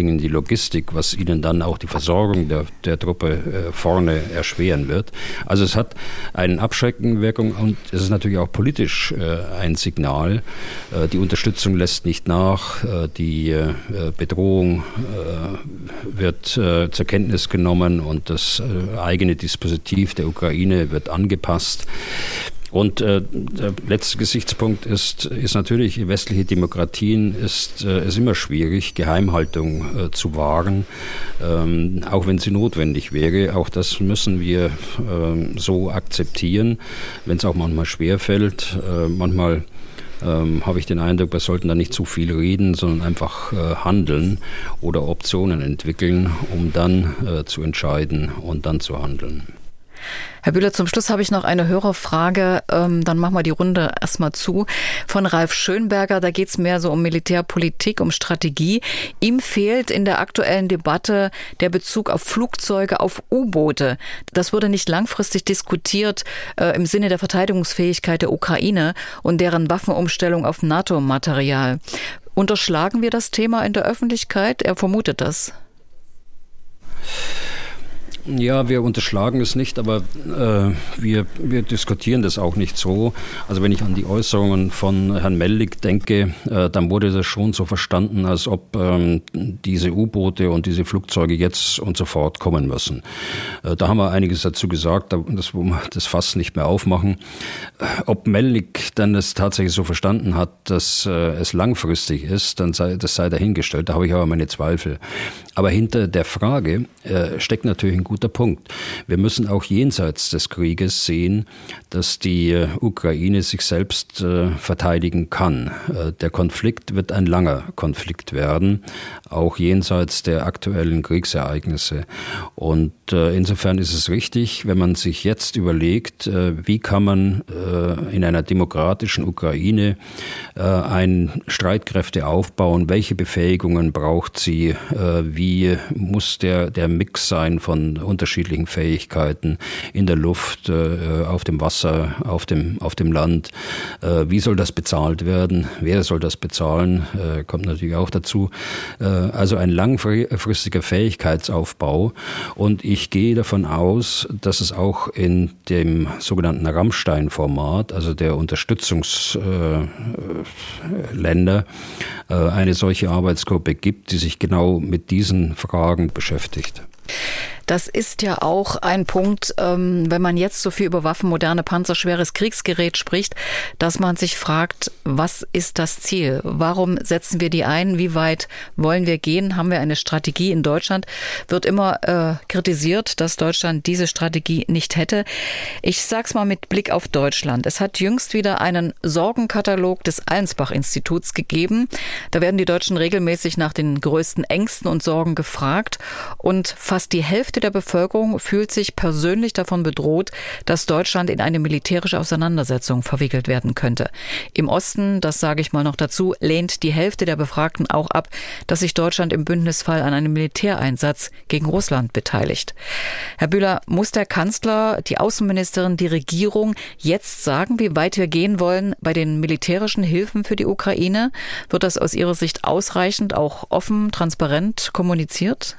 Dingen die Logistik, was ihnen dann auch die Versorgung der Truppe vorne erschweren wird. Also es hat eine abschreckende Wirkung und es ist natürlich auch politisch ein Signal. Die Unterstützung lässt nicht nach, die Bedrohung wird zur Kenntnis genommen und das eigene Dispositiv der Ukraine wird angepasst. Und der letzte Gesichtspunkt ist natürlich, in westliche Demokratien ist es immer schwierig, Geheimhaltung zu wahren, auch wenn sie notwendig wäre. Auch das müssen wir so akzeptieren, wenn es auch manchmal schwerfällt. Manchmal habe ich den Eindruck, wir sollten da nicht zu viel reden, sondern einfach handeln oder Optionen entwickeln, um dann zu entscheiden und dann zu handeln. Herr Bühler, zum Schluss habe ich noch eine Hörerfrage, dann machen wir die Runde erstmal zu. Von Ralf Schönberger, da geht es mehr so um Militärpolitik, um Strategie. Ihm fehlt in der aktuellen Debatte der Bezug auf Flugzeuge, auf U-Boote. Das wurde nicht langfristig diskutiert im Sinne der Verteidigungsfähigkeit der Ukraine und deren Waffenumstellung auf NATO-Material. Unterschlagen wir das Thema in der Öffentlichkeit? Er vermutet das. Ja, wir unterschlagen es nicht, aber wir diskutieren das auch nicht so. Also wenn ich an die Äußerungen von Herrn Mellik denke, dann wurde das schon so verstanden, als ob diese U-Boote und diese Flugzeuge jetzt und sofort kommen müssen. Da haben wir einiges dazu gesagt, das wollen wir das Fass nicht mehr aufmachen. Ob Mellik dann das tatsächlich so verstanden hat, dass es langfristig ist, dann sei dahingestellt. Da habe ich aber meine Zweifel. Aber hinter der Frage steckt natürlich ein guter Punkt. Wir müssen auch jenseits des Krieges sehen, dass die Ukraine sich selbst verteidigen kann. Der Konflikt wird ein langer Konflikt werden, auch jenseits der aktuellen Kriegsereignisse. Und insofern ist es richtig, wenn man sich jetzt überlegt, wie kann man in einer demokratischen Ukraine Streitkräfte aufbauen, welche Befähigungen braucht sie, wie muss der Mix sein von unterschiedlichen Fähigkeiten in der Luft, auf dem Wasser, auf dem Land. Wie soll das bezahlt werden? Wer soll das bezahlen? Kommt natürlich auch dazu. Also ein langfristiger Fähigkeitsaufbau. Und ich gehe davon aus, dass es auch in dem sogenannten Rammstein-Format, also der Unterstützungsländer, eine solche Arbeitsgruppe gibt, die sich genau mit diesen Fragen beschäftigt. Das ist ja auch ein Punkt, wenn man jetzt so viel über Waffen, moderne Panzer, schweres Kriegsgerät spricht, dass man sich fragt, was ist das Ziel? Warum setzen wir die ein? Wie weit wollen wir gehen? Haben wir eine Strategie? In Deutschland wird immer kritisiert, dass Deutschland diese Strategie nicht hätte. Ich sag's mal mit Blick auf Deutschland. Es hat jüngst wieder einen Sorgenkatalog des Allensbach-Instituts gegeben. Da werden die Deutschen regelmäßig nach den größten Ängsten und Sorgen gefragt und fast die Hälfte der Bevölkerung fühlt sich persönlich davon bedroht, dass Deutschland in eine militärische Auseinandersetzung verwickelt werden könnte. Im Osten, das sage ich mal noch dazu, lehnt die Hälfte der Befragten auch ab, dass sich Deutschland im Bündnisfall an einem Militäreinsatz gegen Russland beteiligt. Herr Bühler, muss der Kanzler, die Außenministerin, die Regierung jetzt sagen, wie weit wir gehen wollen bei den militärischen Hilfen für die Ukraine? Wird das aus Ihrer Sicht ausreichend, auch offen, transparent kommuniziert?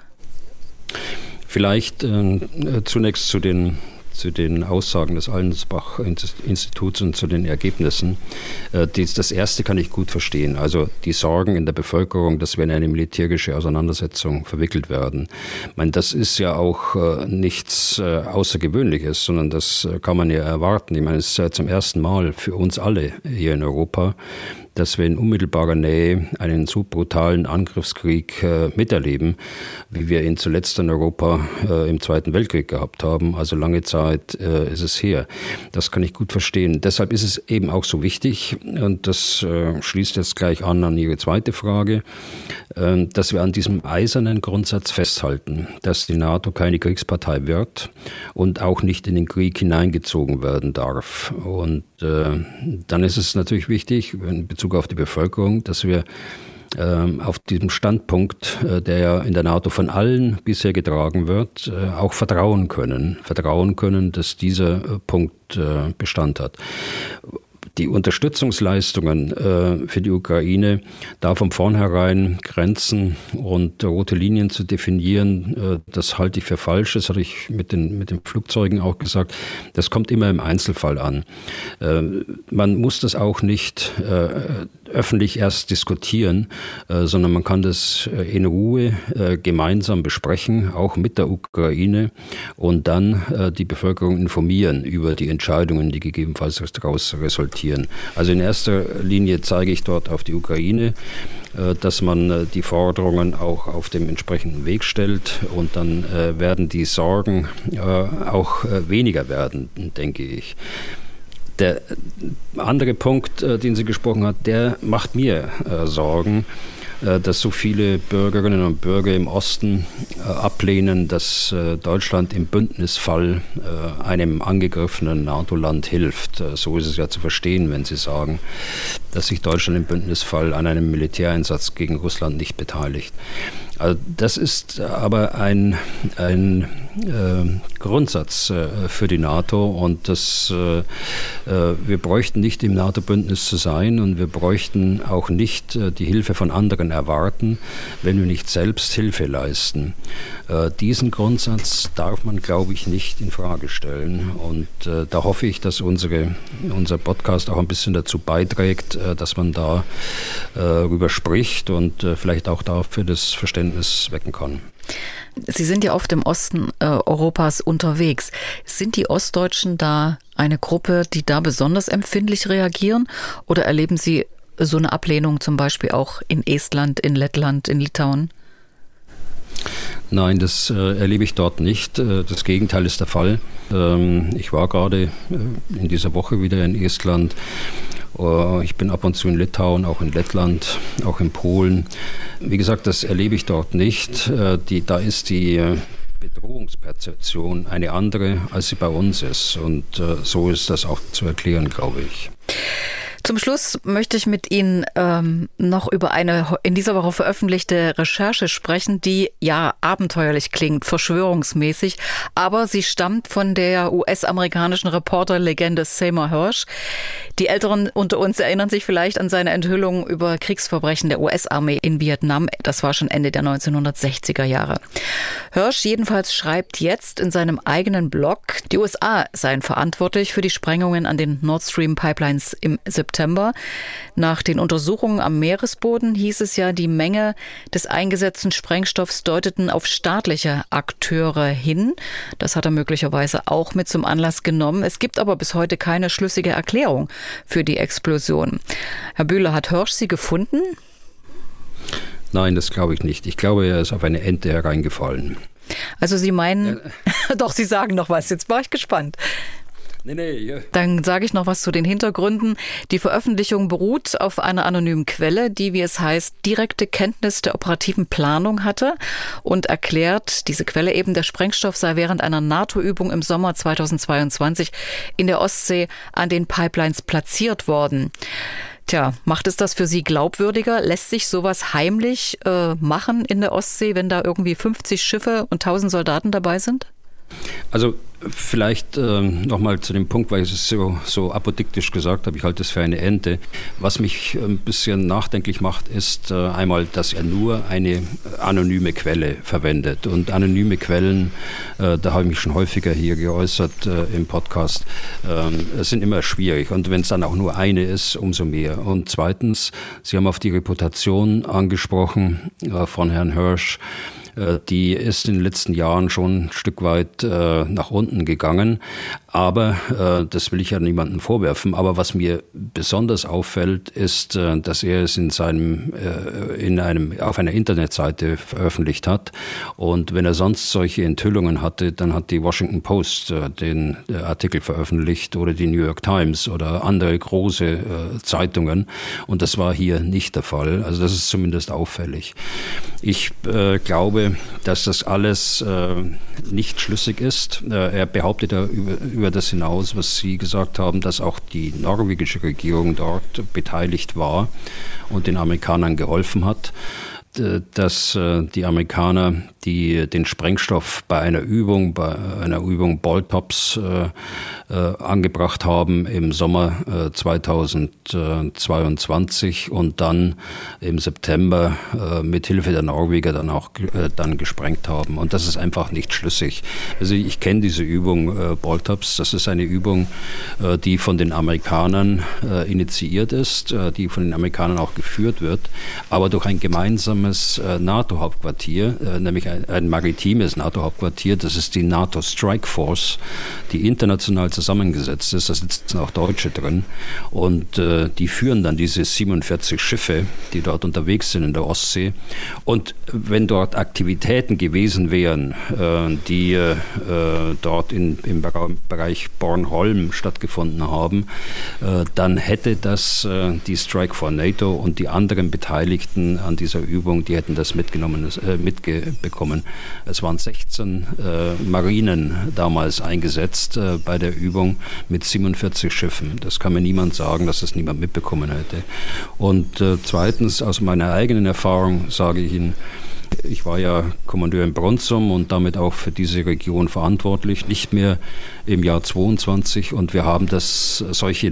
Vielleicht zunächst zu den Aussagen des Allensbach-Instituts und zu den Ergebnissen. Das erste kann ich gut verstehen. Also die Sorgen in der Bevölkerung, dass wir in eine militärische Auseinandersetzung verwickelt werden. Ich meine, das ist ja auch nichts Außergewöhnliches, sondern das kann man ja erwarten. Ich meine, es ist ja zum ersten Mal für uns alle hier in Europa, dass wir in unmittelbarer Nähe einen so brutalen Angriffskrieg miterleben, wie wir ihn zuletzt in Europa im Zweiten Weltkrieg gehabt haben. Also lange Zeit ist es her. Das kann ich gut verstehen. Deshalb ist es eben auch so wichtig, und das schließt jetzt gleich an Ihre zweite Frage, dass wir an diesem eisernen Grundsatz festhalten, dass die NATO keine Kriegspartei wird und auch nicht in den Krieg hineingezogen werden darf. Und dann ist es natürlich wichtig, in Bezug auf die Bevölkerung, dass wir auf diesem Standpunkt, der ja in der NATO von allen bisher getragen wird, auch vertrauen können, dass dieser Punkt Bestand hat. Die Unterstützungsleistungen für die Ukraine, da von vornherein Grenzen und rote Linien zu definieren, das halte ich für falsch. Das hatte ich mit den Flugzeugen auch gesagt. Das kommt immer im Einzelfall an. Man muss das auch nicht öffentlich erst diskutieren, sondern man kann das in Ruhe gemeinsam besprechen, auch mit der Ukraine, und dann die Bevölkerung informieren über die Entscheidungen, die gegebenenfalls daraus resultieren. Also in erster Linie zeige ich dort auf die Ukraine, dass man die Forderungen auch auf dem entsprechenden Weg stellt, und dann werden die Sorgen auch weniger werden, denke ich. Der andere Punkt, den sie gesprochen hat, der macht mir Sorgen, dass so viele Bürgerinnen und Bürger im Osten ablehnen, dass Deutschland im Bündnisfall einem angegriffenen NATO-Land hilft. So ist es ja zu verstehen, wenn Sie sagen, dass sich Deutschland im Bündnisfall an einem Militäreinsatz gegen Russland nicht beteiligt. Also das ist aber ein Grundsatz für die NATO, und wir bräuchten nicht im NATO-Bündnis zu sein, und wir bräuchten auch nicht die Hilfe von anderen erwarten, wenn wir nicht selbst Hilfe leisten. Diesen Grundsatz darf man, glaube ich, nicht in Frage stellen, und da hoffe ich, dass unser Podcast auch ein bisschen dazu beiträgt, dass man da darüber spricht und vielleicht auch dafür das Verständnis wecken kann. Sie sind ja oft im Osten Europas unterwegs. Sind die Ostdeutschen da eine Gruppe, die da besonders empfindlich reagieren? Oder erleben Sie so eine Ablehnung zum Beispiel auch in Estland, in Lettland, in Litauen? Nein, das erlebe ich dort nicht. Das Gegenteil ist der Fall. Ich war gerade in dieser Woche wieder in Estland. Ich bin ab und zu in Litauen, auch in Lettland, auch in Polen. Wie gesagt, das erlebe ich dort nicht. Da ist die Bedrohungsperzeption eine andere, als sie bei uns ist. Und so ist das auch zu erklären, glaube ich. Zum Schluss möchte ich mit Ihnen noch über eine in dieser Woche veröffentlichte Recherche sprechen, die ja abenteuerlich klingt, verschwörungsmäßig, aber sie stammt von der US-amerikanischen Reporterlegende Seymour Hersh. Die Älteren unter uns erinnern sich vielleicht an seine Enthüllung über Kriegsverbrechen der US-Armee in Vietnam. Das war schon Ende der 1960er Jahre. Hersh jedenfalls schreibt jetzt in seinem eigenen Blog, die USA seien verantwortlich für die Sprengungen an den Nord Stream Pipelines im September. Nach den Untersuchungen am Meeresboden hieß es ja, die Menge des eingesetzten Sprengstoffs deuteten auf staatliche Akteure hin. Das hat er möglicherweise auch mit zum Anlass genommen. Es gibt aber bis heute keine schlüssige Erklärung für die Explosion. Herr Bühler, hat Hersh sie gefunden? Nein, das glaube ich nicht. Ich glaube, er ist auf eine Ente hereingefallen. Also Sie meinen, doch, Sie sagen noch was. Jetzt war ich gespannt. Nee. Dann sage ich noch was zu den Hintergründen. Die Veröffentlichung beruht auf einer anonymen Quelle, die, wie es heißt, direkte Kenntnis der operativen Planung hatte und erklärt, diese Quelle eben, der Sprengstoff sei während einer NATO-Übung im Sommer 2022 in der Ostsee an den Pipelines platziert worden. Tja, macht es das für Sie glaubwürdiger? Lässt sich sowas heimlich machen in der Ostsee, wenn da irgendwie 50 Schiffe und 1000 Soldaten dabei sind? Also vielleicht nochmal zu dem Punkt, weil ich es so apodiktisch gesagt habe, ich halte es für eine Ente. Was mich ein bisschen nachdenklich macht, ist einmal, dass er nur eine anonyme Quelle verwendet. Und anonyme Quellen, da habe ich mich schon häufiger hier geäußert im Podcast, sind immer schwierig. Und wenn es dann auch nur eine ist, umso mehr. Und zweitens, Sie haben auf die Reputation angesprochen von Herrn Hersh. Die ist in den letzten Jahren schon ein Stück weit nach unten gegangen. Aber das will ich ja niemandem vorwerfen. Aber was mir besonders auffällt, ist, dass er es auf einer Internetseite veröffentlicht hat. Und wenn er sonst solche Enthüllungen hatte, dann hat die Washington Post den Artikel veröffentlicht oder die New York Times oder andere große Zeitungen. Und das war hier nicht der Fall. Also das ist zumindest auffällig. Ich glaube, dass das alles nicht schlüssig ist. Er behauptet ja über das hinaus, was Sie gesagt haben, dass auch die norwegische Regierung dort beteiligt war und den Amerikanern geholfen hat, dass die Amerikaner die den Sprengstoff bei einer Übung Balltops angebracht haben im Sommer 2022 und dann im September mit Hilfe der Norweger dann gesprengt haben. Und das ist einfach nicht schlüssig. Also ich kenne diese Übung Balltops. Das ist eine Übung, die von den Amerikanern initiiert ist, die von den Amerikanern auch geführt wird, aber durch ein gemeinsames NATO-Hauptquartier, nämlich ein maritimes NATO-Hauptquartier. Das ist die NATO Strike Force, die international zusammengesetzt ist. Da sitzen auch Deutsche drin. Und die führen dann diese 47 Schiffe, die dort unterwegs sind in der Ostsee. Und wenn dort Aktivitäten gewesen wären, die dort im Bereich Bornholm stattgefunden haben, dann hätte das die Strike for NATO und die anderen Beteiligten an dieser Übung, die hätten das mitbekommen. Es waren 16 Marinen damals eingesetzt bei der Übung mit 47 Schiffen. Das kann mir niemand sagen, dass das niemand mitbekommen hätte. Und zweitens, aus meiner eigenen Erfahrung sage ich Ihnen, ich war ja Kommandeur in Bronsum und damit auch für diese Region verantwortlich, nicht mehr im Jahr 22. Und wir haben solche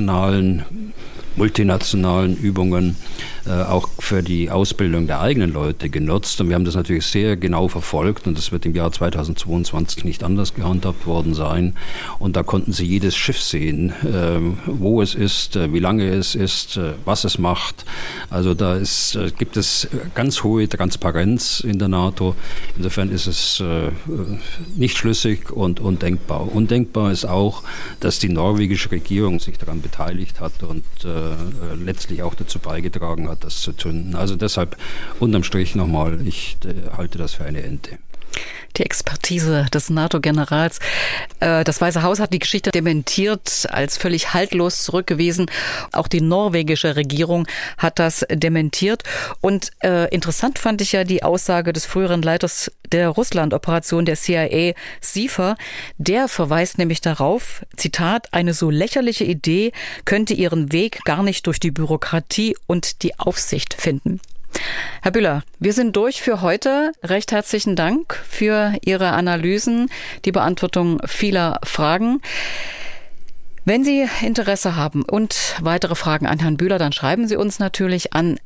multinationalen Übungen auch für die Ausbildung der eigenen Leute genutzt. Und wir haben das natürlich sehr genau verfolgt und das wird im Jahr 2022 nicht anders gehandhabt worden sein. Und da konnten Sie jedes Schiff sehen, wo es ist, wie lange es ist, was es macht. Also da gibt es ganz hohe Transparenz in der NATO. Insofern ist es nicht schlüssig und undenkbar. Undenkbar ist auch, dass die norwegische Regierung sich daran beteiligt hat und letztlich auch dazu beigetragen hat, das zu tun. Also deshalb unterm Strich nochmal, ich halte das für eine Ente. Die Expertise des NATO-Generals. Das Weiße Haus hat die Geschichte dementiert, als völlig haltlos zurückgewiesen. Auch die norwegische Regierung hat das dementiert. Und interessant fand ich ja die Aussage des früheren Leiters der Russland-Operation der CIA, Siefer. Der verweist nämlich darauf, Zitat, eine so lächerliche Idee könnte ihren Weg gar nicht durch die Bürokratie und die Aufsicht finden. Herr Bühler, wir sind durch für heute. Recht herzlichen Dank für Ihre Analysen, die Beantwortung vieler Fragen. Wenn Sie Interesse haben und weitere Fragen an Herrn Bühler, dann schreiben Sie uns natürlich an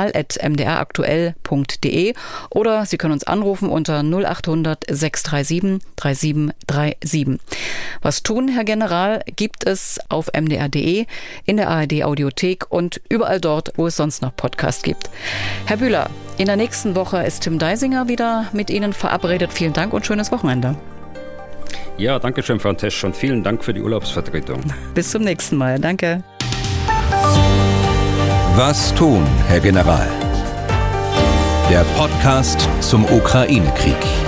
general@mdraktuell.de oder Sie können uns anrufen unter 0800 637 3737. Was tun, Herr General, gibt es auf mdr.de, in der ARD-Audiothek und überall dort, wo es sonst noch Podcasts gibt. Herr Bühler, in der nächsten Woche ist Tim Deisinger wieder mit Ihnen verabredet. Vielen Dank und schönes Wochenende. Ja, danke schön, Frau Tesch, und vielen Dank für die Urlaubsvertretung. Bis zum nächsten Mal. Danke. Was tun, Herr General? Der Podcast zum Ukraine-Krieg.